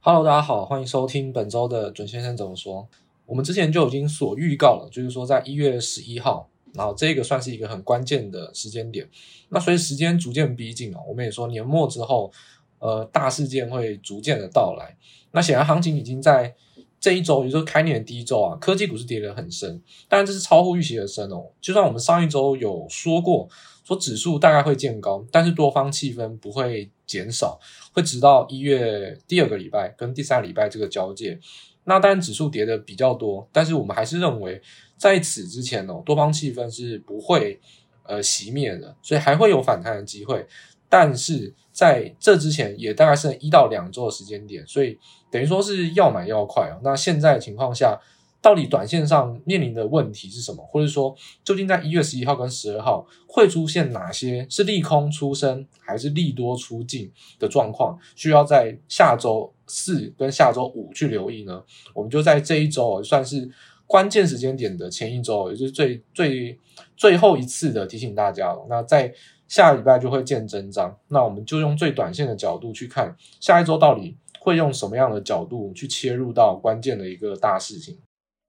Hello，大家好，欢迎收听本周的准先生怎么说。我们之前就已经所预告了，就是说在1月11号，然后这个算是一个很关键的时间点。那随着时间逐渐逼近，我们也说年末之后，大事件会逐渐的到来。那显然行情已经在这一周，也就是开年的第一周科技股是跌得很深，当然这是超乎预期的深哦。就算我们上一周有说过，说指数大概会见高，但是多方气氛不会减少，会直到1月第2个礼拜跟第3个礼拜这个交界。那当然指数跌的比较多，但是我们还是认为在此之前多方气氛是不会熄灭的，所以还会有反弹的机会。但是在这之前也大概是1到2周的时间点，所以等于说是要买要快那现在的情况下，到底短线上面临的问题是什么？或者说究竟在1月11号跟12号会出现哪些是利空出生还是利多出尽的状况，需要在下周4跟下周5去留意呢？我们就在这一周算是关键时间点的前一周，也就是最后一次的提醒大家了。那在下礼拜就会见真章，那我们就用最短线的角度去看下一周到底会用什么样的角度去切入到关键的一个大事情。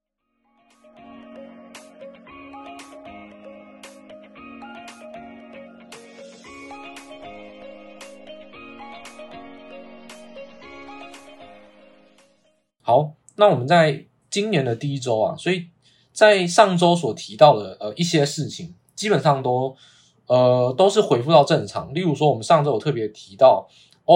好，那我们在今年的第一周所以在上周所提到的一些事情基本上都是恢复到正常。例如说我们上周有特别提到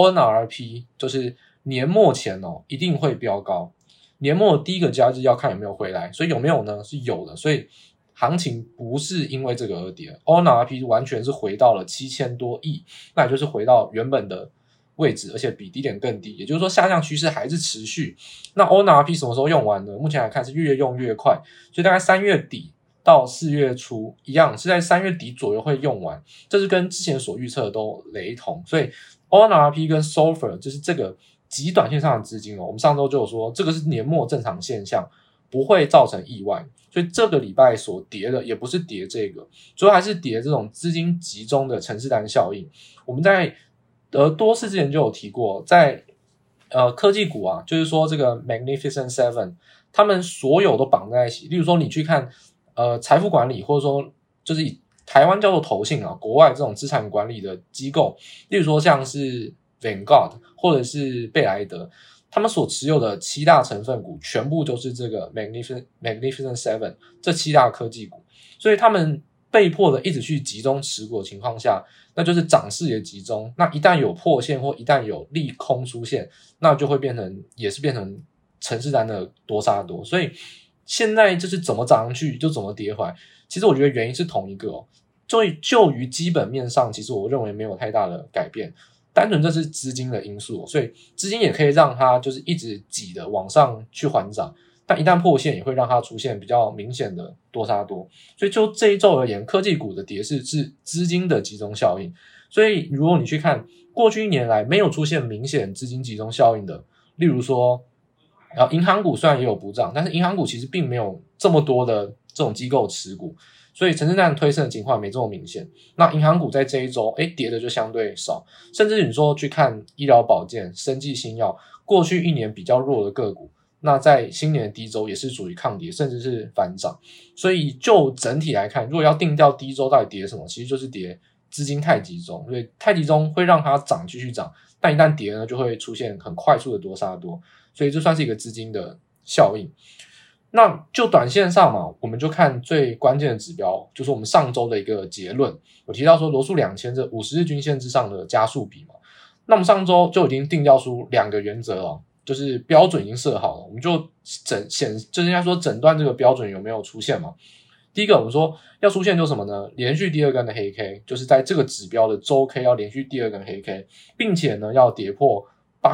ONRP 就是年末前一定会飙高，年末的第一个交易日要看有没有回来，所以有没有呢？是有的，所以行情不是因为这个而跌， ONRP 完全是回到了7000多亿，那也就是回到原本的位置，而且比低点更低，也就是说下降趋势还是持续。那 ONRP 什么时候用完呢？目前来看是越用越快，所以大概3月底到4月初一样，是在3月底左右会用完，这是跟之前所预测的都雷同。所以 ONRP 跟 SOFR 就是这个极短线上的资金我们上周就有说这个是年末正常现象，不会造成意外，所以这个礼拜所跌的也不是跌这个，主要还是跌这种资金集中的城市单效应。我们在多次之前就有提过，在科技股就是说这个 Magnificent Seven 他们所有都绑在一起。例如说你去看财富管理，或者说就是以台湾叫做投信国外这种资产管理的机构，例如说像是 Vanguard 或者是贝莱德，他们所持有的7大成分股全部都是这个 Magnificent Seven 这7大科技股，所以他们被迫的一直去集中持股的情况下，那就是涨势也集中，那一旦有破线或一旦有利空出现，那就会变成程式单的多杀多。所以现在就是怎么涨上去就怎么跌回来，其实我觉得原因是同一个就于基本面上，其实我认为没有太大的改变，单纯这是资金的因素所以资金也可以让它就是一直挤的往上去缓涨，但一旦破线也会让它出现比较明显的多杀多。所以就这一周而言，科技股的跌势是资金的集中效应。所以如果你去看过去1年来没有出现明显资金集中效应的，例如说银行股虽然也有补涨，但是银行股其实并没有这么多的这种机构持股，所以城市单推升的情况没这么明显。那银行股在这一周跌的就相对少，甚至你说去看医疗保健、生技新药，过去1年比较弱的个股，那在新年的第一周也是属于抗跌，甚至是反涨。所以就整体来看，如果要定调第一周到底跌什么，其实就是跌资金太集中，所以太集中会让它涨继续涨，但一旦跌呢就会出现很快速的多杀多，所以这算是一个资金的效应。那就短线上我们就看最关键的指标，就是我们上周的一个结论，有提到说罗素2000这50日均线之上的加速比那我们上周就已经定调出2个原则了，就是标准已经设好了，我们就就是应该说诊断这个标准有没有出现嘛。第一个我们说要出现就是什么呢？连续第2根的黑 K， 就是在这个指标的周 K 要连续第2根黑 K， 并且呢要跌破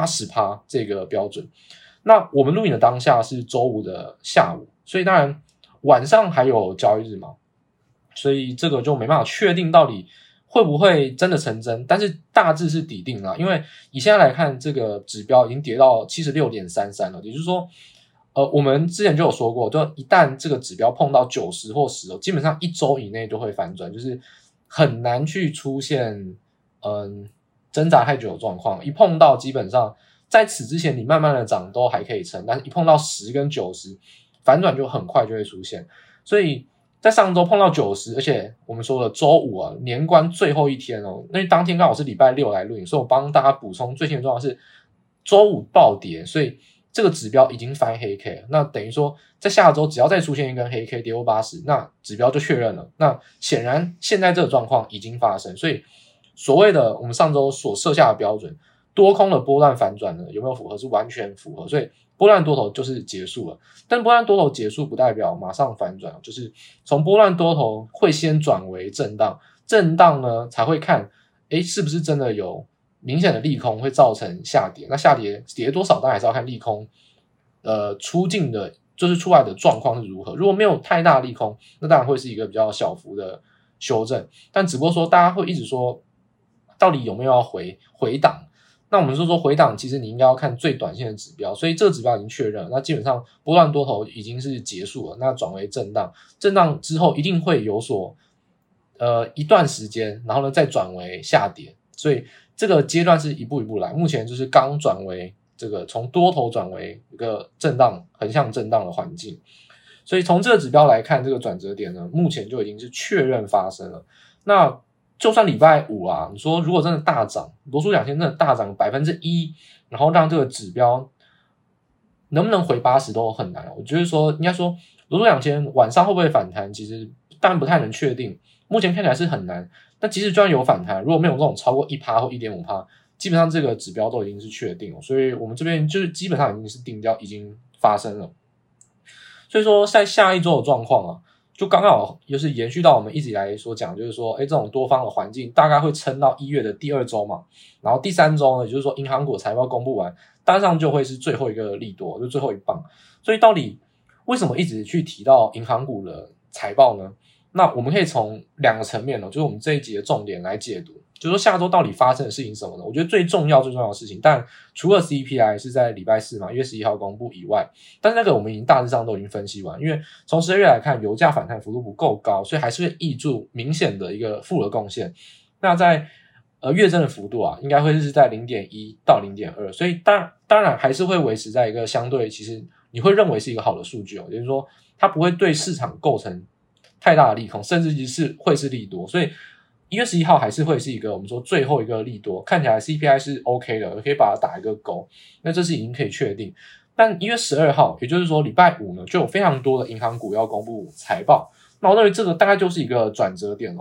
80% 这个标准。那我们录影的当下是周5的下午，所以当然晚上还有交易日嘛，所以这个就没办法确定到底会不会真的成真，但是大致是底定了。因为以现在来看，这个指标已经跌到 76.33 了，也就是说我们之前就有说过，就一旦这个指标碰到90或10基本上1周以内就会反转，就是很难去出现挣扎太久的状况，一碰到基本上在此之前你慢慢的涨都还可以撑，但是一碰到10跟90，反转就很快就会出现。所以在上周碰到90，而且我们说了周五啊，年关最后一天哦，因为当天刚好是礼拜6来录影，所以我帮大家补充最新的状况是周五暴跌，所以这个指标已经翻黑 K 了。那等于说在下周只要再出现一根黑 K 跌破80，那指标就确认了。那显然现在这个状况已经发生，所以所谓的我们上周所设下的标准，多空的波段反转呢有没有符合？是完全符合，所以波段多头就是结束了。但波段多头结束不代表马上反转，就是从波段多头会先转为震荡，震荡呢才会看是不是真的有明显的利空会造成下跌。那下跌跌多少当然还是要看利空出尽的就是出来的状况是如何。如果没有太大利空，那当然会是一个比较小幅的修正，但只不过说大家会一直说到底有没有要回档。那我们说回档，其实你应该要看最短线的指标，所以这个指标已经确认了，那基本上波段多头已经是结束了，那转为震荡，震荡之后一定会有所一段时间，然后呢再转为下跌，所以这个阶段是一步一步来，目前就是刚转为这个从多头转为一个震荡横向震荡的环境，所以从这个指标来看，这个转折点呢目前就已经是确认发生了。那就算礼拜五啊，你说如果真的大涨，罗素2000真的大涨 1%， 然后让这个指标能不能回80都很难。我觉得说应该说罗素2000晚上会不会反弹，其实当然不太能确定，目前看起来是很难。但即使就算有反弹，如果没有这种超过 1% 或 1.5%， 基本上这个指标都已经是确定了，所以我们这边就是基本上已经是定调已经发生了。所以说在下一周的状况啊，就刚好就是延续到我们一直以来所讲，就是说这种多方的环境大概会撑到1月的第2周嘛，然后第3周呢，也就是说银行股财报公布完，单上就会是最后一个利多，就最后一棒。所以到底为什么一直去提到银行股的财报呢？那我们可以从2个层面就是我们这一集的重点来解读，就是说下周到底发生的事情是什么呢？我觉得最重要的事情，但除了 CPI 是在礼拜4嘛，1月11号公布以外，但是那个我们已经大致上都已经分析完，因为从12月来看，油价反弹幅度不够高，所以还是会挹注明显的一个负的贡献。那在月增的幅度啊，应该会是在 0.1 到 0.2， 所以当然还是会维持在一个相对其实你会认为是一个好的数据也就是说它不会对市场构成太大的利空，甚至是会是利多，所以1月11号还是会是一个我们说最后一个利多，看起来 CPI 是 OK 的，可以把它打一个勾，那这是已经可以确定。但1月12号也就是说礼拜五呢，就有非常多的银行股要公布财报，那我认为这个大概就是一个转折点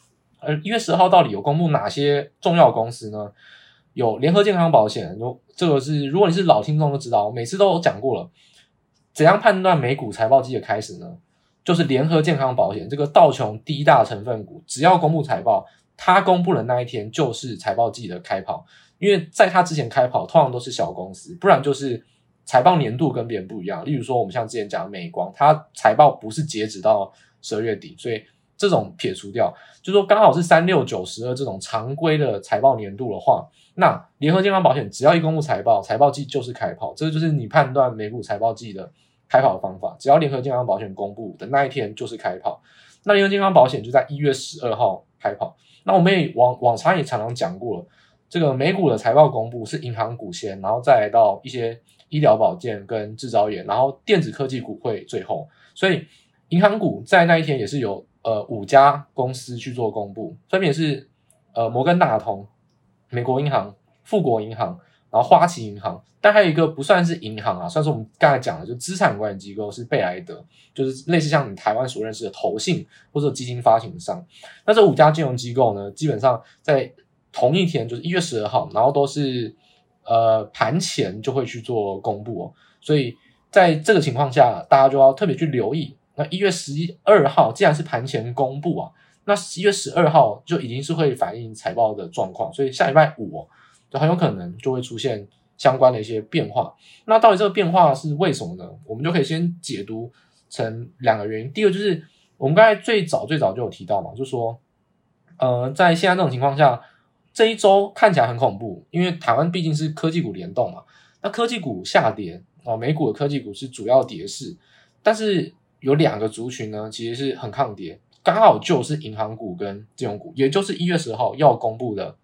1月10号到底有公布哪些重要公司呢？有联合健康保险，这个是如果你是老听众就知道，我每次都有讲过了，怎样判断美股财报季的开始呢？就是联合健康保险这个道琼第一大成分股，只要公布财报，它公布的那一天就是财报季的开跑，因为在它之前开跑通常都是小公司，不然就是财报年度跟别人不一样。例如说我们像之前讲的美光，它财报不是截止到12月底，所以这种撇除掉，就说刚好是3、6、9、12这种常规的财报年度的话，那联合健康保险只要一公布财报，财报季就是开跑，这就是你判断美股财报季的开跑的方法，只要联合健康保险公布的那一天就是开跑。那联合健康保险就在1月12号开跑。那我们也往常也常常讲过了，这个美股的财报公布是银行股先，然后再来到一些医疗保健跟制造业，然后电子科技股会最后。所以银行股在那一天也是有5家公司去做公布，分别是摩根大通、美国银行、富国银行，然后花旗银行，但还有一个不算是银行啊，算是我们刚才讲的就资产管理机构，是贝莱德，就是类似像你台湾所认识的投信或者基金发行商。那这5家金融机构呢，基本上在同一天就是1月12号，然后都是盘前就会去做公布所以在这个情况下大家就要特别去留意。那1月12号既然是盘前公布那1月12号就已经是会反映财报的状况，所以下礼拜五就很有可能就会出现相关的一些变化。那到底这个变化是为什么呢？我们就可以先解读成2个原因。第一个就是我们刚才最早就有提到嘛，就是说在现在这种情况下，这一周看起来很恐怖，因为台湾毕竟是科技股联动嘛，那科技股下跌美股的科技股是主要跌势，但是有2个族群呢其实是很抗跌，刚好就是银行股跟金融股，也就是1月10号要公布的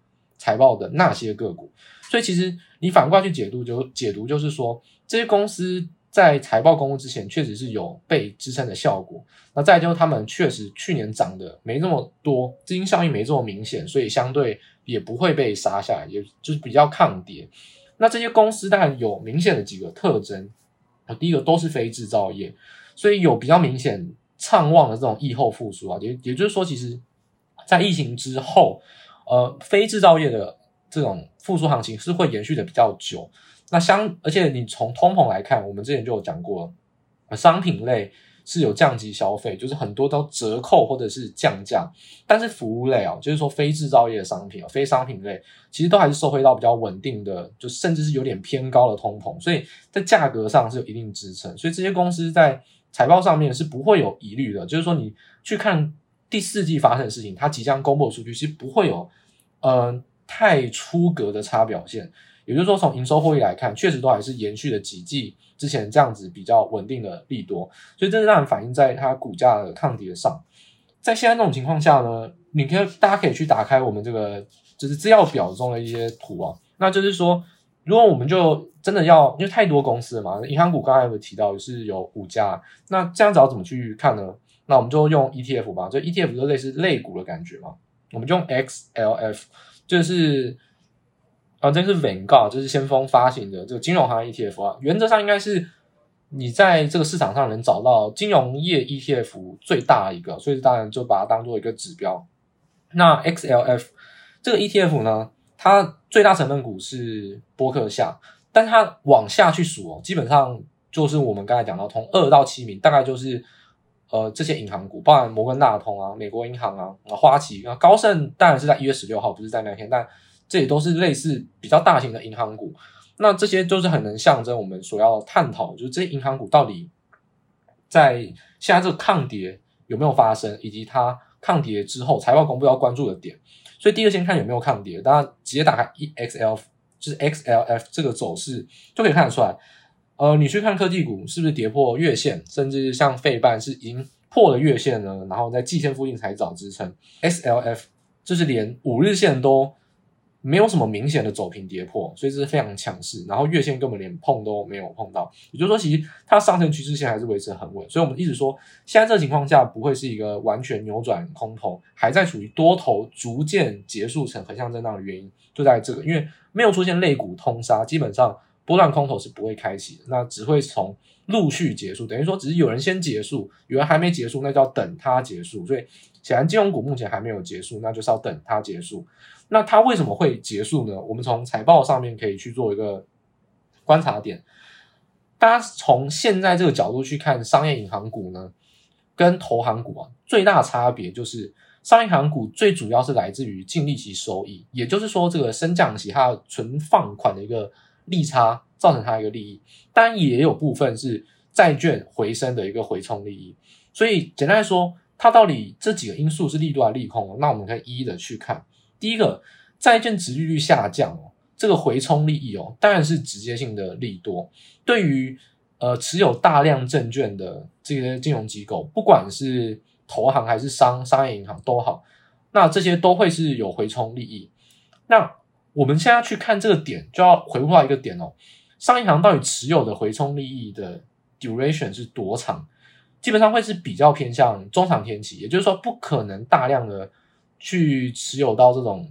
财报的那些个股。所以其实你反过来去解读就是说，这些公司在财报公布之前确实是有被支撑的效果，那再来就是他们确实去年涨的没那么多，资金效应没这么明显，所以相对也不会被杀下来，也就是比较抗跌。那这些公司当然有明显的几个特征，第一个都是非制造业，所以有比较明显畅旺的这种疫后复苏啊，也就是说，其实在疫情之后，非制造业的这种复苏行情是会延续的比较久。那而且你从通膨来看，我们之前就有讲过，商品类是有降级消费，就是很多都折扣或者是降价，但是服务类就是说非制造业的商品非商品类，其实都还是受惠到比较稳定的，就甚至是有点偏高的通膨，所以在价格上是有一定支撑，所以这些公司在财报上面是不会有疑虑的，就是说你去看第四季发生的事情，它即将公布的数据其实不会有太出格的差表现。也就是说，从营收获利来看，确实都还是延续了几季之前这样子比较稳定的利多，所以这当然反映在它股价的抗跌上。在现在这种情况下呢，大家可以去打开我们这个就是资料表中的一些图啊，那就是说，如果我们就真的因为太多公司了嘛，银行股刚才有提到是有5家，那这样子要怎么去看呢？那我们就用 ETF 吧，就 ETF 就类似类股的感觉嘛，我们就用 XLF， 就是这是 Vanguard， 就是先锋发行的这个金融行业 ETF 啊，原则上应该是你在这个市场上能找到金融业 ETF 最大的一个，所以当然就把它当做一个指标。那 XLF 这个 ETF 呢，它最大成分股是波克夏，但它往下去数基本上就是我们刚才讲到从2到7名，大概就是这些银行股，包含摩根大通啊、美国银行啊、花旗啊、高盛，当然是在1月16号，不是在那天，但这也都是类似比较大型的银行股。那这些就是很能象征我们所要探讨，就是这些银行股到底在现在这个抗跌有没有发生，以及它抗跌之后财报公布要关注的点。所以第一个先看有没有抗跌，大家直接打开 XLF， 就是 XLF 这个走势就可以看得出来。你去看科技股是不是跌破月线，甚至像费半是已经破了月线了，然后在季线附近才找支撑。XLF 就是连5日线都没有什么明显的走平跌破，所以这是非常强势，然后月线根本连碰都没有碰到，也就是说其实它上升趋势线还是维持很稳，所以我们一直说现在这个情况下不会是一个完全扭转空头，还在处于多头逐渐结束成横向震荡的原因就在这个，因为没有出现类股通杀，基本上波段空头是不会开启的，那只会从陆续结束，等于说只是有人先结束，有人还没结束，那就要等它结束，所以显然金融股目前还没有结束，那就是要等它结束。那它为什么会结束呢？我们从财报上面可以去做一个观察点。大家从现在这个角度去看商业银行股呢，跟投行股最大的差别就是商业银行股最主要是来自于净利息收益，也就是说这个升降息它存放款的一个利差造成它一个利益，当然也有部分是债券回升的一个回冲利益。所以简单来说，它到底这几个因素是利多还是利空，那我们可以一一的去看。第一个，债券殖利率下降这个回冲利益当然是直接性的利多。对于持有大量证券的这些金融机构，不管是投行还是商业银行都好，那这些都会是有回冲利益。那我们现在去看这个点，就要回顾到一个点商业银行到底持有的回冲利益的 duration 是多长？基本上会是比较偏向中长天期，也就是说不可能大量的去持有到这种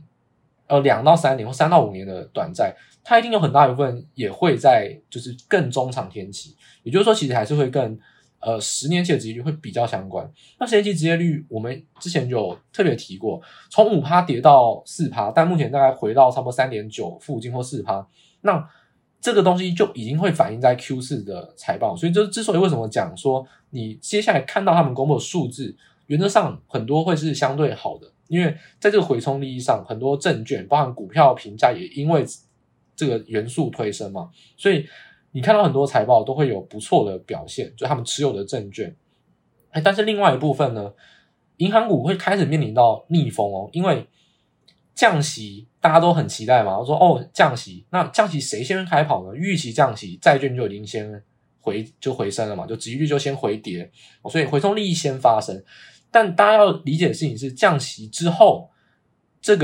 2到3年或3到5年的短债，它一定有很大一部分也会在就是更中长天期，也就是说其实还是会跟10年期的殖利率会比较相关。那10年期殖利率我们之前就有特别提过，从 5% 跌到 4%， 但目前大概回到差不多 3.9 附近或 4%， 那这个东西就已经会反映在 Q4 的财报。所以这之所以为什么讲说你接下来看到他们公布的数字原则上很多会是相对好的，因为在这个回冲利益上，很多证券包含股票评价也因为这个元素推升嘛，所以你看到很多财报都会有不错的表现，就他们持有的证券。但是另外一部分呢，银行股会开始面临到逆风因为降息大家都很期待嘛，我说降息，那降息谁先开跑呢？预期降息，债券就已经先回升了嘛，就殖利率就先回跌，所以回冲利益先发生。但大家要理解的事情是，降息之后这个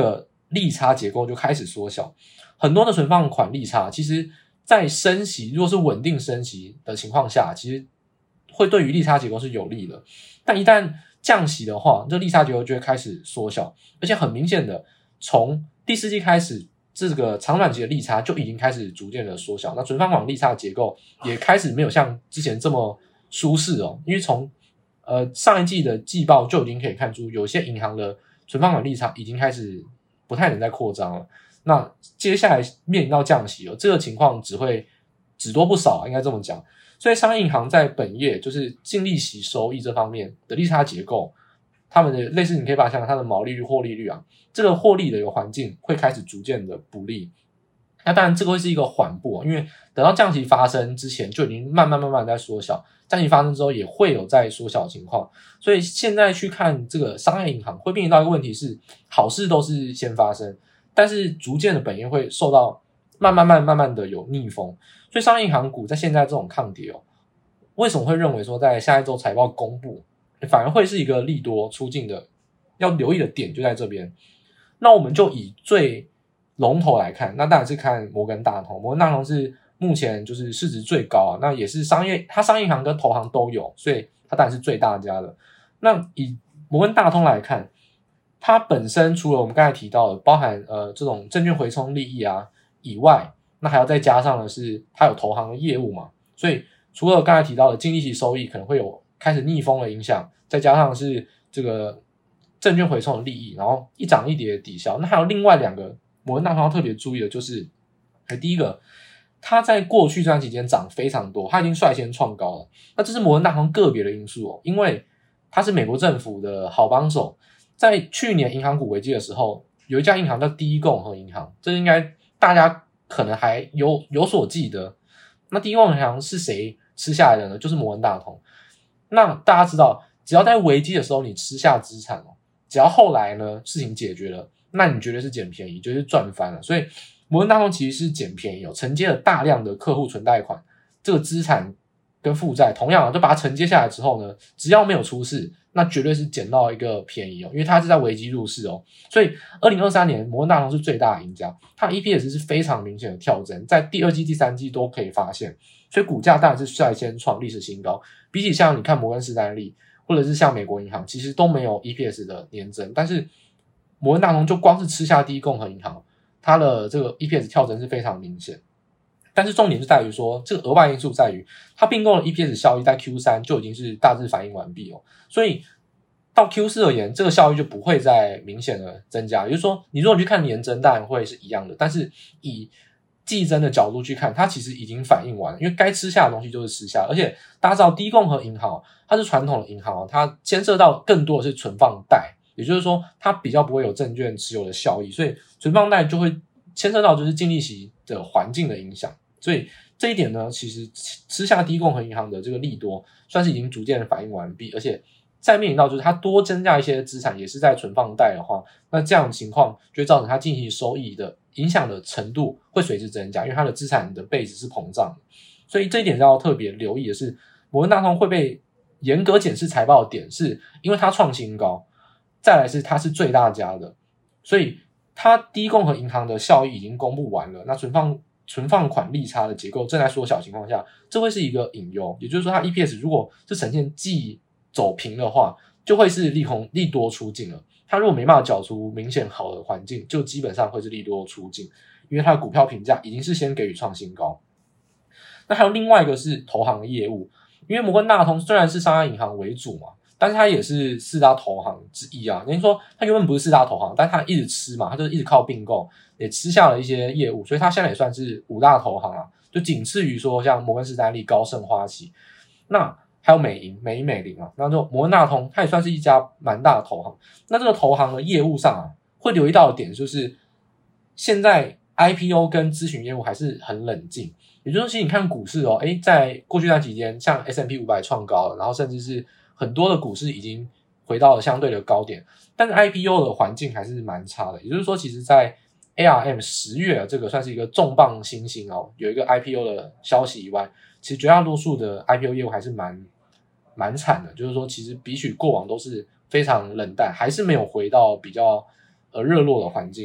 利差结构就开始缩小。很多的存放款利差，其实在升息，如果是稳定升息的情况下，其实会对于利差结构是有利的。但一旦降息的话，这利差结构就会开始缩小，而且很明显的，从第四季开始，这个长短期的利差就已经开始逐渐的缩小。那存放款利差结构也开始没有像之前这么舒适哦，因为从上一季的季报就已经可以看出，有些银行的存放款利差已经开始不太能再扩张了。那接下来面临到降息这个情况只会只多不少应该这么讲。所以商业银行在本业就是净利息收益这方面的利差结构，他们的类似你可以把它想想它的毛利率、获利率这个获利的一个环境会开始逐渐的不利。那当然这个会是一个缓步因为等到降息发生之前就已经慢慢在缩小，降息发生之后也会有在缩小的情况。所以现在去看这个商业银行会面临到一个问题是，好事都是先发生，但是逐渐的本业会受到慢慢的有逆风。所以商业银行股在现在这种抗跌为什么会认为说在下一周财报公布反而会是一个利多出尽的要留意的点就在这边。那我们就以最龙头来看，那当然是看摩根大通。摩根大通是目前就是市值最高那也是它商业银行跟投行都有，所以它当然是最大家的。那以摩根大通来看，它本身除了我们刚才提到的包含这种证券回冲利益以外，那还要再加上的是它有投行的业务嘛，所以除了刚才提到的净利息收益可能会有开始逆风的影响，再加上是这个证券回冲的利益，然后一涨一跌的抵消。那还有另外两个摩根大通要特别注意的就是第一个，它在过去这段期间涨非常多，它已经率先创高了。那这是摩根大通个别的因素因为它是美国政府的好帮手。在去年银行股危机的时候，有一家银行叫第一共和银行，这应该大家可能还有所记得。那第一共和银行是谁吃下来的呢？就是摩根大通。那大家知道，只要在危机的时候你吃下资产只要后来呢事情解决了，那你绝对是捡便宜，就是赚翻了。所以摩根大通其实是捡便宜承接了大量的客户存贷款，这个资产跟负债同样就把它承接下来之后呢，只要没有出事，那绝对是捡到一个便宜因为它是在危机入市所以2023年摩根大通是最大的赢家，它的 EPS 是非常明显的跳增，在第二季第三季都可以发现，所以股价当然是率先创历史新高。比起像你看摩根士丹利或者是像美国银行，其实都没有 EPS 的年增，但是摩根大通就光是吃下第一共和银行，它的这个 EPS 跳增是非常明显。但是重点就在于说，这个额外因素在于它并购的 EPS 效益在 Q3 就已经是大致反映完毕所以到 Q4 而言，这个效益就不会再明显的增加。也就是说，你如果去看年增当然会是一样的，但是以季增的角度去看，它其实已经反映完了，因为该吃下的东西就是吃下。而且大家知道第一共和银行它是传统的银行它牵涉到更多的是存放贷，也就是说它比较不会有证券持有的效益，所以存放贷就会牵涉到就是净利息的环境的影响。所以这一点呢，其实吃下第一共和银行的这个利多算是已经逐渐反映完毕，而且再面临到就是它多增加一些资产也是在存放贷的话，那这样的情况就会造成它净利息收益的影响的程度会随之增加，因为它的资产的base是膨胀的。所以这一点要特别留意的是，摩根大通会被严格检视财报的点是因为它创新高，再来是它是最大家的，所以它第一共和银行的效益已经公布完了，那存放款利差的结构正在缩小的情况下，这会是一个隐忧。也就是说它 EPS 如果是呈现季走平的话，就会是利多出尽了。它如果没办法缴出明显好的环境，就基本上会是利多出尽，因为它的股票评价已经是先给予创新高。那还有另外一个是投行的业务，因为摩根大通虽然是商业银行为主嘛，但是它也是四大投行之一等于说它原本不是四大投行，但它一直吃嘛，它就是一直靠并购也吃下了一些业务，所以它现在也算是五大投行就仅次于说像摩根士丹利、高盛、花旗，那还有美银、美林那就摩根大通它也算是一家蛮大的投行。那这个投行的业务上会留意到的点就是现在 IPO 跟咨询业务还是很冷静，也就是说其实你看股市在过去那几天像 S&P 500 创高了，然后甚至是很多的股市已经回到了相对的高点，但是 IPO 的环境还是蛮差的。也就是说其实在 ARM 10月这个算是一个重磅新星有一个 IPO 的消息以外，其实绝大多数的 IPO 业务还是蛮惨的，就是说其实比起过往都是非常冷淡，还是没有回到比较热络的环境。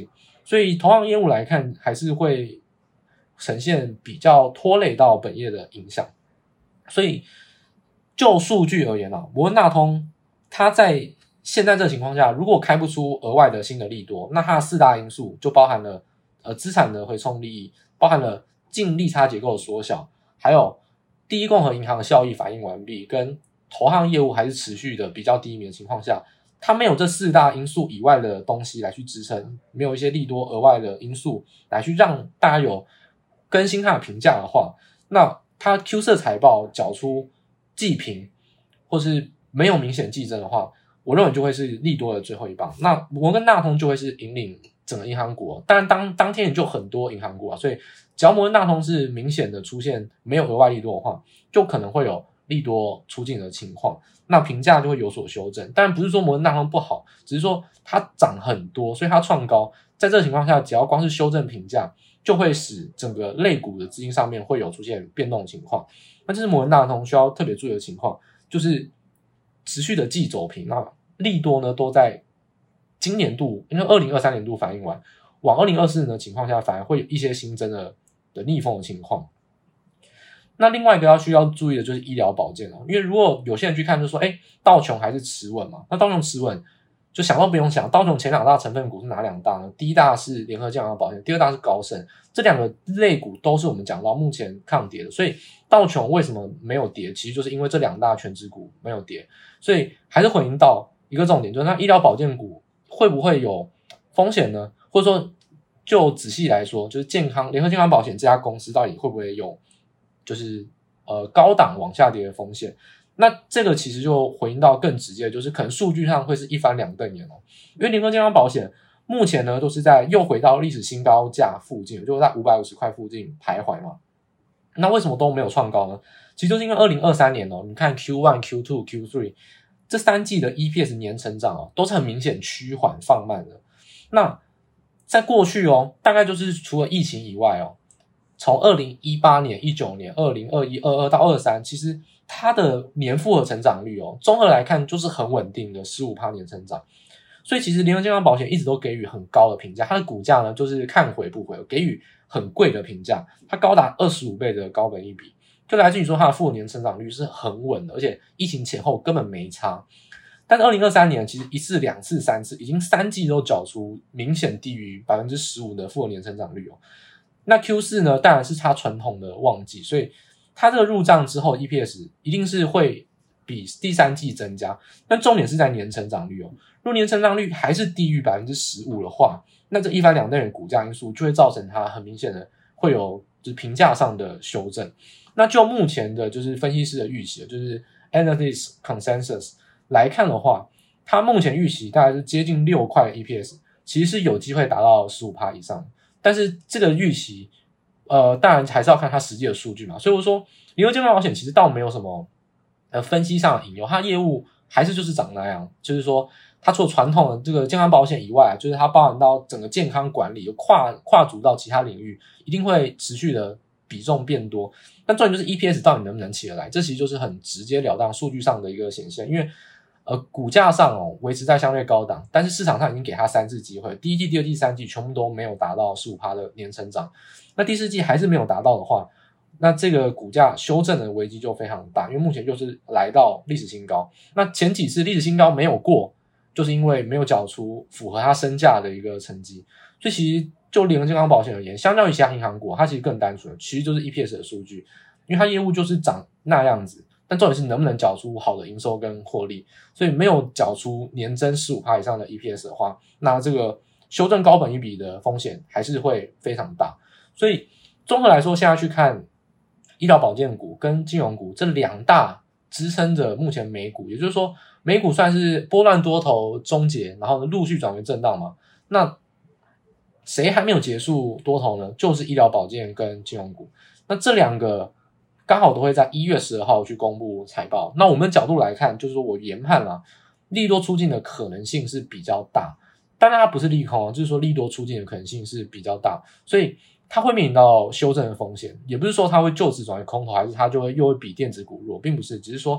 所以投行业务来看还是会呈现比较拖累到本业的影响。所以就数据而言摩根大通它在现在这个情况下，如果开不出额外的新的利多，那它的4大因素就包含了资产的回冲利益，包含了净利差结构的缩小，还有第一共和银行的效益反应完毕，跟投行业务还是持续的比较低迷的情况下，它没有这4大因素以外的东西来去支撑，没有一些利多额外的因素来去让大家有更新它的评价的话，那它 Q 色财报缴出季平或是没有明显季增的话，我认为就会是利多的最后一棒。那摩根大通就会是引领整个银行股，当然当天也就很多银行股所以只要摩根大通是明显的出现没有额外利多的话，就可能会有利多出尽的情况，那评价就会有所修正。当然不是说摩根大通不好，只是说它涨很多，所以它创高，在这个情况下只要光是修正评价，就会使整个类股的资金上面会有出现变动的情况。那这是摩根大通需要特别注意的情况，就是持续的季走平，那利多呢都在今年度，因为2023年度反映完，往2024年的情况下反而会有一些新增的逆风的情况。那另外一个需要注意的就是医疗保健因为如果有些人去看就说道琼还是持稳嘛，那道琼持稳就想都不用想，道琼前2大成分股是哪2大呢？第一大是联合健康保险，第二大是高盛，这2个类股都是我们讲到目前抗跌的，所以道琼为什么没有跌，其实就是因为这2大全指股没有跌。所以还是回应到一个重点，就是那医疗保健股会不会有风险呢？或者说就仔细来说，就是联合健康保险这家公司到底会不会有就是高档往下跌的风险？那这个其实就回应到更直接，就是可能数据上会是一翻两瞪眼因为联合健康保险目前呢都是在又回到历史新高价附近，就是在550块附近徘徊嘛。那为什么都没有创高呢？其实就是因为2023年你看 Q1、Q2、Q3 这3季的 EPS 年成长都是很明显趋缓放慢的。那在过去大概就是除了疫情以外从2018年、19年、2021、22到23，其实它的年复合成长率综合来看就是很稳定的 15% 年成长。所以其实联合健康保险一直都给予很高的评价，它的股价呢就是看回不回，给予很贵的评价，它高达25倍的高本益比，就来自于说它的复合年成长率是很稳的，而且疫情前后根本没差。但是2023年其实1次、2次、3次已经3季都缴出明显低于 15% 的复合年成长率那 Q4 呢当然是它传统的旺季，所以它这个入账之后 EPS 一定是会比第3季增加，但重点是在年成长率如果年成长率还是低于 15% 的话，那这一翻两瞪眼股价因素就会造成它很明显的会有就是评价上的修正。那就目前的就是分析师的预期，就是 Analyst Consensus 来看的话，它目前预期大概是接近6块的 EPS， 其实是有机会达到 15% 以上，但是这个预期当然还是要看它实际的数据嘛。所以我说联合健康保险其实倒没有什么分析上的引诱，它业务还是就是长那样，就是说它除了传统的这个健康保险以外，就是它包含到整个健康管理，跨足到其他领域，一定会持续的比重变多。但重点就是 EPS 到底能不能起得来，这其实就是很直截了当数据上的一个显现。因为股价上维持在相对高档，但是市场上已经给它3次机会，第1季、第2季、3季全部都没有达到 15% 的年成长，那第4季还是没有达到的话，那这个股价修正的危机就非常大，因为目前就是来到历史新高。那前几次历史新高没有过，就是因为没有缴出符合它身价的一个成绩。所以其实就联合健康保险而言，相较于其他银行股，它其实更单纯，其实就是 EPS 的数据，因为它业务就是长那样子，但重点是能不能缴出好的营收跟获利。所以没有缴出年增 15% 以上的 EPS 的话，那这个修正高本益比的风险还是会非常大。所以综合来说，现在去看医疗保健股跟金融股这2大支撑着目前美股，也就是说美股算是波乱多头终结，然后呢陆续转为震荡嘛。那谁还没有结束多头呢？就是医疗保健跟金融股。那这2个刚好都会在1月12号去公布财报。那我们角度来看，就是说我研判啦，利多出尽的可能性是比较大，当然它不是利空就是说利多出尽的可能性是比较大，所以它会面临到修正的风险。也不是说它会就此转为空头，还是它就会又会比电子股弱，并不是，只是说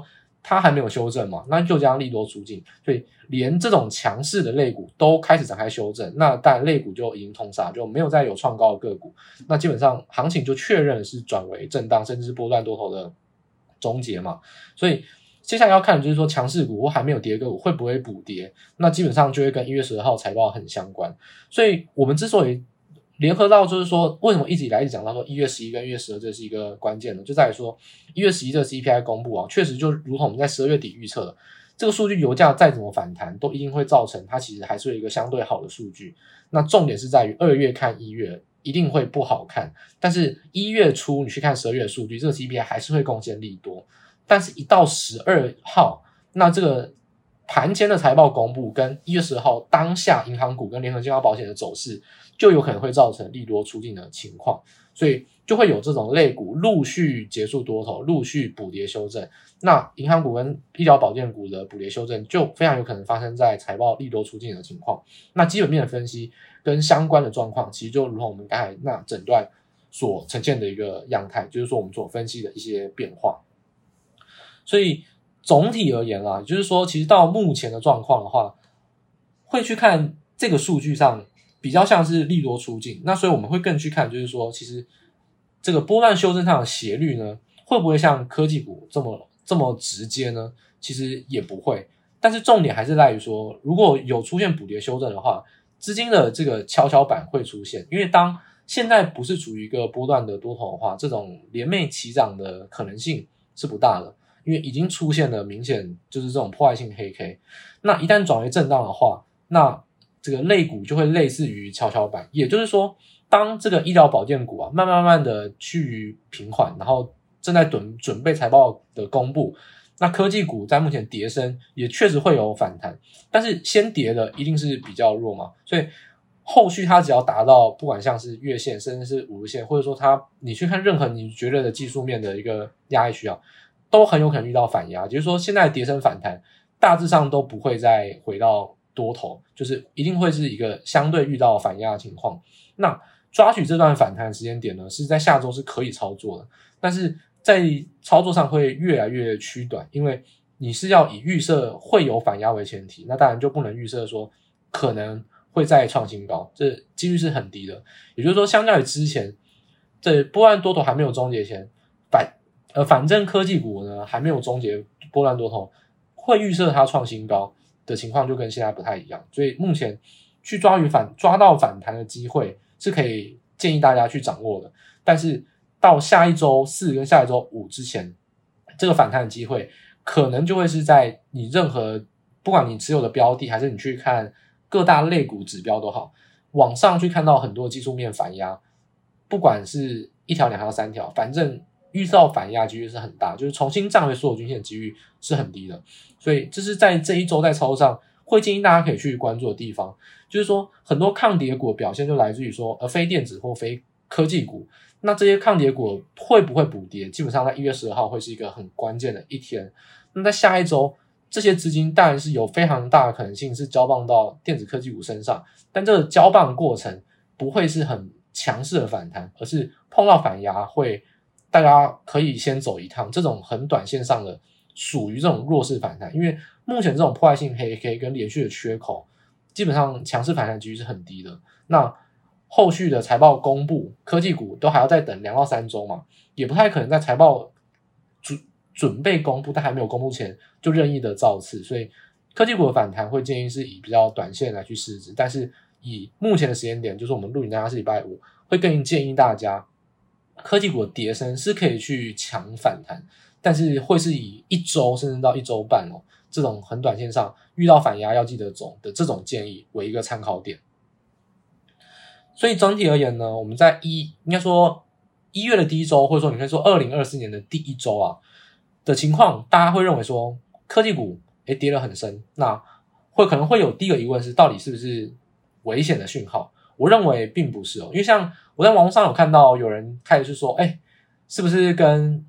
它还没有修正嘛，那就这样利多出尽，所以连这种强势的类股都开始展开修正，那当然类股就已经通杀，就没有再有创高的个股，那基本上行情就确认是转为震荡甚至是波段多头的终结嘛。所以接下来要看的就是说强势股或还没有跌个股会不会补跌，那基本上就会跟1月12号财报很相关。所以我们之所以联合到就是说为什么一直以来一直讲到说1月11跟1月12这是一个关键的，就在于说1月11这个 CPI 公布啊，确实就如同我们在12月底预测的，这个数据油价再怎么反弹都一定会造成它其实还是有一个相对好的数据。那重点是在于2月看1月一定会不好看，但是1月初你去看12月的数据，这个 CPI 还是会贡献利多。但是一到12号，那这个盘前的财报公布跟1月10号当下银行股跟联合健康保险的走势就有可能会造成利多出尽的情况，所以就会有这种类股陆续结束多头，陆续补跌修正。那银行股跟医疗保健股的补跌修正就非常有可能发生在财报利多出尽的情况。那基本面的分析跟相关的状况其实就如同我们刚才那整段所呈现的一个样态，就是说我们所分析的一些变化。所以总体而言啦，就是说其实到目前的状况的话，会去看这个数据上比较像是利多出尽，那所以我们会更去看就是说其实这个波段修正上的斜率呢会不会像科技股这么直接呢？其实也不会，但是重点还是在于说如果有出现补跌修正的话，资金的这个跷跷板会出现，因为当现在不是处于一个波段的多头的话，这种连袂齐涨的可能性是不大的，因为已经出现了明显就是这种破坏性黑 K。 那一旦转为震荡的话，那这个类股就会类似于跷跷板，也就是说当这个医疗保健股啊慢慢的趋于平缓，然后正在准备财报的公布，那科技股在目前跌升也确实会有反弹，但是先跌的一定是比较弱嘛，所以后续它只要达到不管像是月线甚至是5日线，或者说你去看任何你觉得的技术面的一个压力需要，都很有可能遇到反压，就是说现在的跌升反弹大致上都不会再回到多头，就是一定会是一个相对遇到反压的情况。那抓取这段反弹的时间点呢，是在下周是可以操作的，但是在操作上会越来越趋短，因为你是要以预设会有反压为前提，那当然就不能预设说可能会再创新高，这几率是很低的。也就是说相较于之前这波段多头还没有终结前，反正科技股呢还没有终结波段多头，会预设它创新高的情况就跟现在不太一样，所以目前去抓到反弹的机会是可以建议大家去掌握的，但是到下一周4跟下一周5之前，这个反弹的机会可能就会是在你任何不管你持有的标的还是你去看各大类股指标都好，往上去看到很多技术面反压，不管是1条2条3条，反正预测到反压几率是很大，就是重新站回所有均线的几率是很低的，所以这是在这一周在操作上会建议大家可以去关注的地方，就是说很多抗跌股的表现就来自于说非电子或非科技股，那这些抗跌股会不会补跌，基本上在1月12号会是一个很关键的一天。那在下一周这些资金当然是有非常大的可能性是交棒到电子科技股身上，但这个交棒的过程不会是很强势的反弹，而是碰到反压会大家可以先走一趟，这种很短线上的属于这种弱势反弹，因为目前这种破坏性黑 K 跟连续的缺口基本上强势反弹几率是很低的，那后续的财报公布科技股都还要再等2到3周嘛，也不太可能在财报准备公布但还没有公布前就任意的造次，所以科技股的反弹会建议是以比较短线来去试值，但是以目前的时间点，就是我们录影当下是礼拜5，会更建议大家科技股的跌升是可以去抢反弹，但是会是以1周甚至到1周半这种很短线上遇到反压要记得走的这种建议为一个参考点。所以整体而言呢，我们在应该说1月的第一周，或者说你可以说2024年的第一周啊的情况，大家会认为说科技股跌得很深，那可能会有第一个疑问是到底是不是危险的讯号，我认为并不是因为像我在网络上有看到有人开始去说是不是跟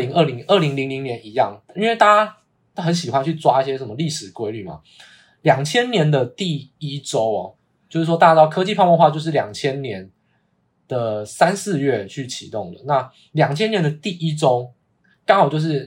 2000年一样，因为大家都很喜欢去抓一些什么历史规律嘛。2000年的第一周就是说大家知道科技泡沫化就是2000年的3、4月去启动的，那2000年的第一周刚好就是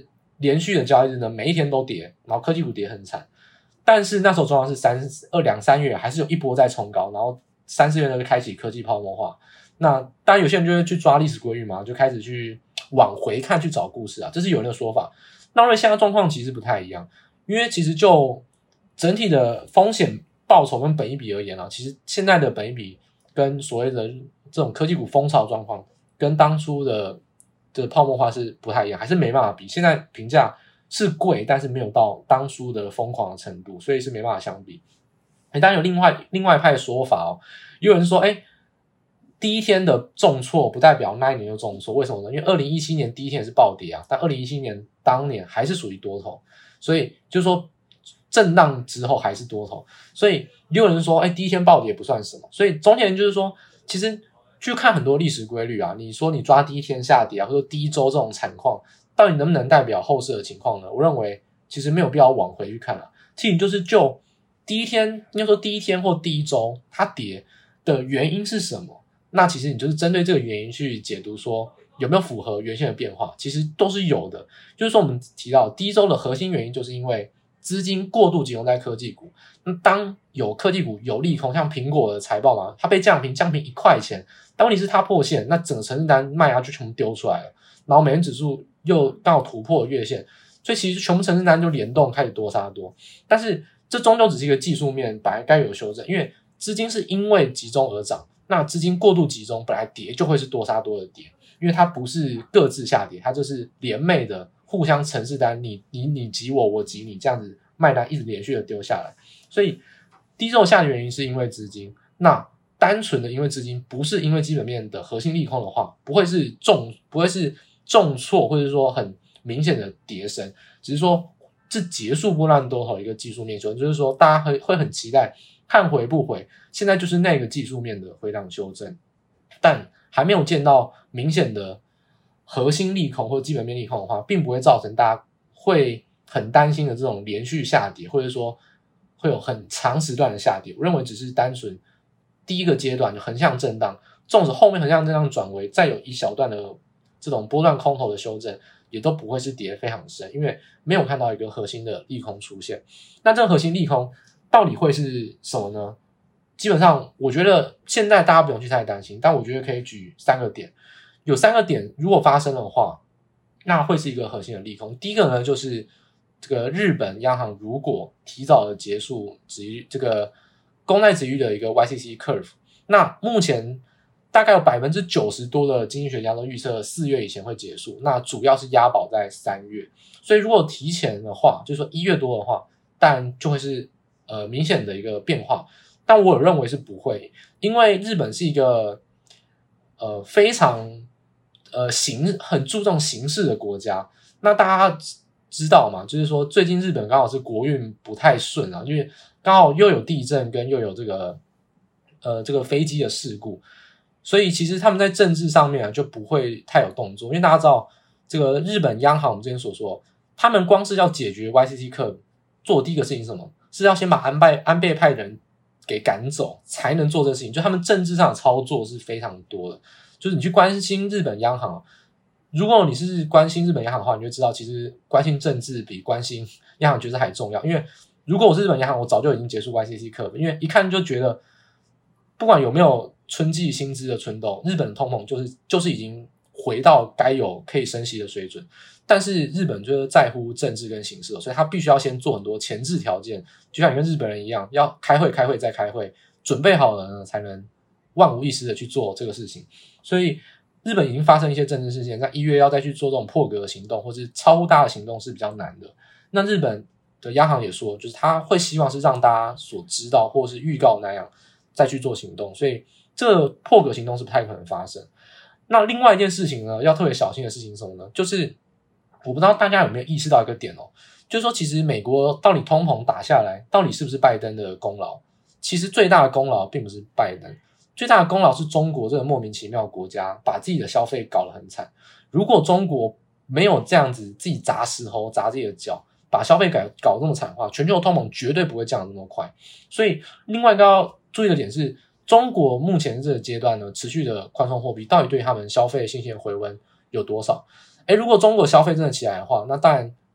连续的交易日呢，每一天都跌，然后科技股跌很惨。但是那时候状况是2、3月还是有一波在冲高，然后3、4月呢就开启科技泡沫化。那当然有些人就会去抓历史规律嘛，就开始去往回看去找故事啊，这是有人的说法。那因为现在状况其实不太一样，因为其实就整体的风险报酬跟本益比而言啊，其实现在的本益比跟所谓的这种科技股风潮状况跟当初的泡沫化是不太一样，还是没办法比。现在评价是贵，但是没有到当初的疯狂的程度，所以是没办法相比。当然有另外一派的说法哦，也有人说第一天的重挫不代表那一年就重挫，为什么呢？因为2017年第一天也是暴跌啊，但2017年当年还是属于多头，所以就是说震荡之后还是多头，所以也有人说第一天暴跌不算什么。所以总体而言就是说，其实去看很多历史规律啊，你说你抓第一天下跌啊，或者第一周这种惨况到底能不能代表后市的情况呢？我认为其实没有必要往回去看啊，其实就是就第一天，应该说第一天或第一周它跌的原因是什么，那其实你就是针对这个原因去解读说有没有符合原先的变化，其实都是有的。就是说我们提到第一周的核心原因就是因为资金过度集中在科技股，那当有科技股有利空，像苹果的财报嘛，它被降评1块钱，但问题是它破线，那整个程式单卖压就全部丢出来了，然后美元指数又刚好突破月线，所以其实全部程式单就联动开始多杀多。但是这终究只是一个技术面本来该有修正，因为资金是因为集中而涨，那资金过度集中本来跌就会是多杀多的跌，因为它不是各自下跌，它就是连袂的互相程式单，你挤我，我挤你，这样子卖单一直连续的丢下来。所以低周下的原因是因为资金，那单纯的因为资金不是因为基本面的核心利空的话，不会是重挫或者说很明显的跌升，只是说是结束波段多头一个技术面修正，就是说大家会很期待看回不回，现在就是那个技术面的回档修正，但还没有见到明显的核心利空或者基本面利空的话，并不会造成大家会很担心的这种连续下跌，或者说会有很长时段的下跌。我认为只是单纯第一个阶段就横向震荡，纵使后面横向震荡转为再有一小段的这种波段空头的修正，也都不会是跌非常深，因为没有看到一个核心的利空出现。那这个核心利空到底会是什么呢？基本上我觉得现在大家不用去太担心，但我觉得可以举3个点。有3个点如果发生的话，那会是一个核心的利空。第一个呢，就是这个日本央行如果提早的结束这个公债殖利率的一个 YCC curve， 那目前大概有 90% 多的经济学家都预测4月以前会结束，那主要是押宝在3月。所以如果提前的话，就是说1月多的话，当然就会是明显的一个变化。但我认为是不会，因为日本是一个非常很注重形式的国家。那大家知道嘛，就是说最近日本刚好是国运不太顺啊，因为刚好又有地震跟又有这个飞机的事故，所以其实他们在政治上面就不会太有动作。因为大家知道这个日本央行我们之前所说，他们光是要解决 YCC curve 做的第一个事情是什么？是要先把安倍派人给赶走才能做这个事情，就他们政治上的操作是非常多的。就是你去关心日本央行，如果你是关心日本央行的话，你就知道其实关心政治比关心央行决策还重要。因为如果我是日本央行，我早就已经结束 YCC curve， 因为一看就觉得不管有没有春季薪资的春斗，日本的通膨就是已经回到该有可以升息的水准。但是日本就是在乎政治跟形势，所以他必须要先做很多前置条件，就像你跟日本人一样，要开会再开会，准备好了呢才能万无一失的去做这个事情。所以日本已经发生一些政治事件，在1月要再去做这种破格的行动或是超乎大的行动是比较难的。那日本的央行也说，就是他会希望是让大家所知道或是预告那样再去做行动，所以这个破格行动是不太可能发生。那另外一件事情呢，要特别小心的事情是什么呢？就是我不知道大家有没有意识到一个点就是说其实美国到底通膨打下来，到底是不是拜登的功劳？其实最大的功劳并不是拜登，最大的功劳是中国这个莫名其妙的国家把自己的消费搞得很惨。如果中国没有这样子自己砸石头砸自己的脚，把消费搞这么惨的话，全球通膨绝对不会降得那么快。所以另外一个要注意的点是，中国目前这个阶段呢，持续的宽松货币到底对他们消费信心的回温有多少？如果中国消费真的起来的话，那当然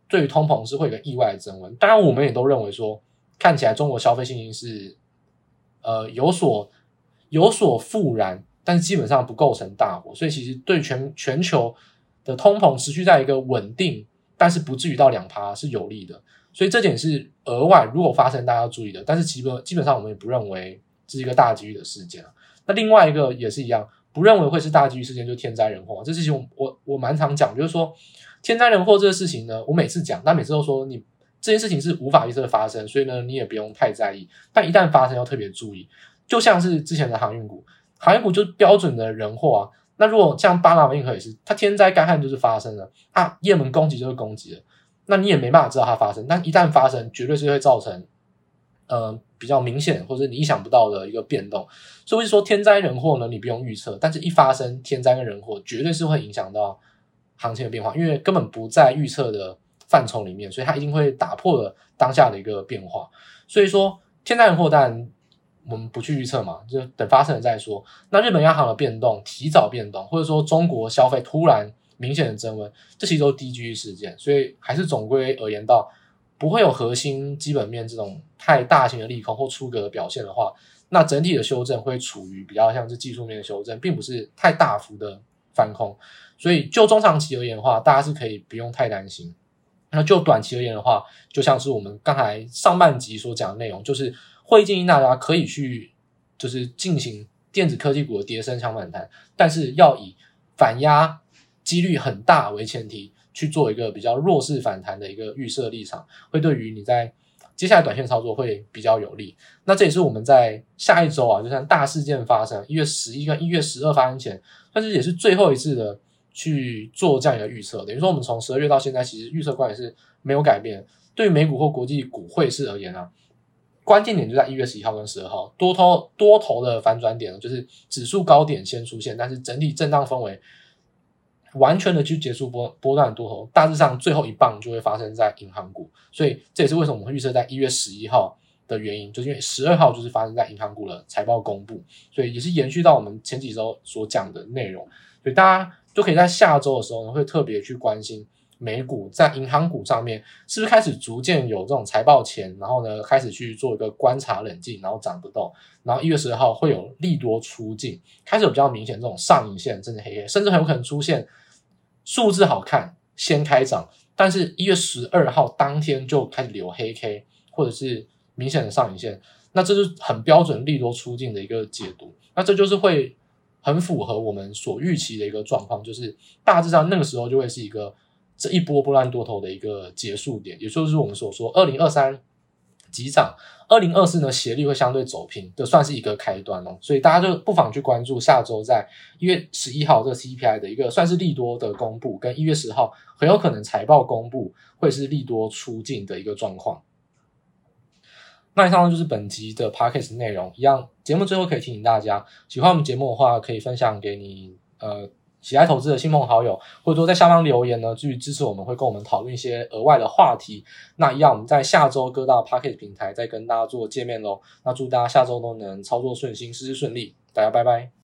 对于通膨是会有个意外的增温。当然我们也都认为说，看起来中国消费信心是有所复燃，但是基本上不构成大祸，所以其实对全球的通膨持续在一个稳定但是不至于到 2% 是有利的，所以这点是额外如果发生大家要注意的，但是基本上我们也不认为这是一个大几率的事件。那另外一个也是一样，不认为会是大几率事件，就是天灾人祸。这事情我蛮常讲，就是说天灾人祸这个事情呢，我每次讲，但每次都说你这件事情是无法预测的发生，所以呢你也不用太在意，但一旦发生要特别注意。就像是之前的航运股就是标准的人祸啊。那如果像巴拿马运河也是，它天灾干旱就是发生了啊，也门攻击就是攻击了，那你也没办法知道它发生，但一旦发生绝对是会造成比较明显或者你意想不到的一个变动。所以我就说天灾人祸呢你不用预测，但是一发生天灾跟人祸绝对是会影响到行情的变化，因为根本不在预测的范畴里面，所以它一定会打破了当下的一个变化。所以说天灾人祸当然我们不去预测嘛，就等发生了再说。那日本央行的变动提早变动，或者说中国消费突然明显的增温，这其实都是低几率事件，所以还是总归而言到不会有核心基本面这种太大型的利空或出格的表现的话，那整体的修正会处于比较像是技术面的修正，并不是太大幅的翻空。所以就中长期而言的话，大家是可以不用太担心。那就短期而言的话，就像是我们刚才上半集所讲的内容，就是会建议大家可以去就是进行电子科技股的跌升抢反弹，但是要以反压几率很大为前提，去做一个比较弱势反弹的一个预设立场，会对于你在接下来短线操作会比较有利。那这也是我们在下一周啊，就像大事件发生1月11跟1月12发生前，但是也是最后一次的去做这样一个预测。等于说我们从12月到现在其实预测观点是没有改变。对于美股或国际股汇市而言啊，关键点就在1月11号跟12号，多头的反转点就是指数高点先出现，但是整体震荡氛围完全的去结束波段的多头，大致上最后一棒就会发生在银行股。所以这也是为什么我们会预测在1月11号的原因，就是因为12号就是发生在银行股的财报公布，所以也是延续到我们前几周所讲的内容。所以大家就可以在下周的时候呢，会特别去关心美股在银行股上面是不是开始逐渐有这种财报前，然后呢开始去做一个观察冷静，然后涨不动，然后1月12号会有利多出尽，开始有比较明显这种上影线甚至黑黑，甚至很有可能出现数字好看先开涨，但是1月12号当天就开始留黑 K 或者是明显的上影线，那这就是很标准利多出尽的一个解读。那这就是会很符合我们所预期的一个状况，就是大致上那个时候就会是一个这一波波段多头的一个结束点，也就是我们所说2023急涨，2024呢斜率会相对走平的，算是一个开端哦。所以大家就不妨去关注下周在1月11号这个 CPI 的一个算是利多的公布，跟1月10号很有可能财报公布会是利多出尽的一个状况。那以上就是本集的 Podcast 内容，一样节目最后可以提醒大家，喜欢我们节目的话可以分享给你喜爱投资的亲朋好友，或者说在下方留言呢，至于支持我们，会跟我们讨论一些额外的话题。那一样我们在下周各大 Podcast 平台再跟大家做见面咯。那祝大家下周都能操作顺心，事事顺利，大家拜拜。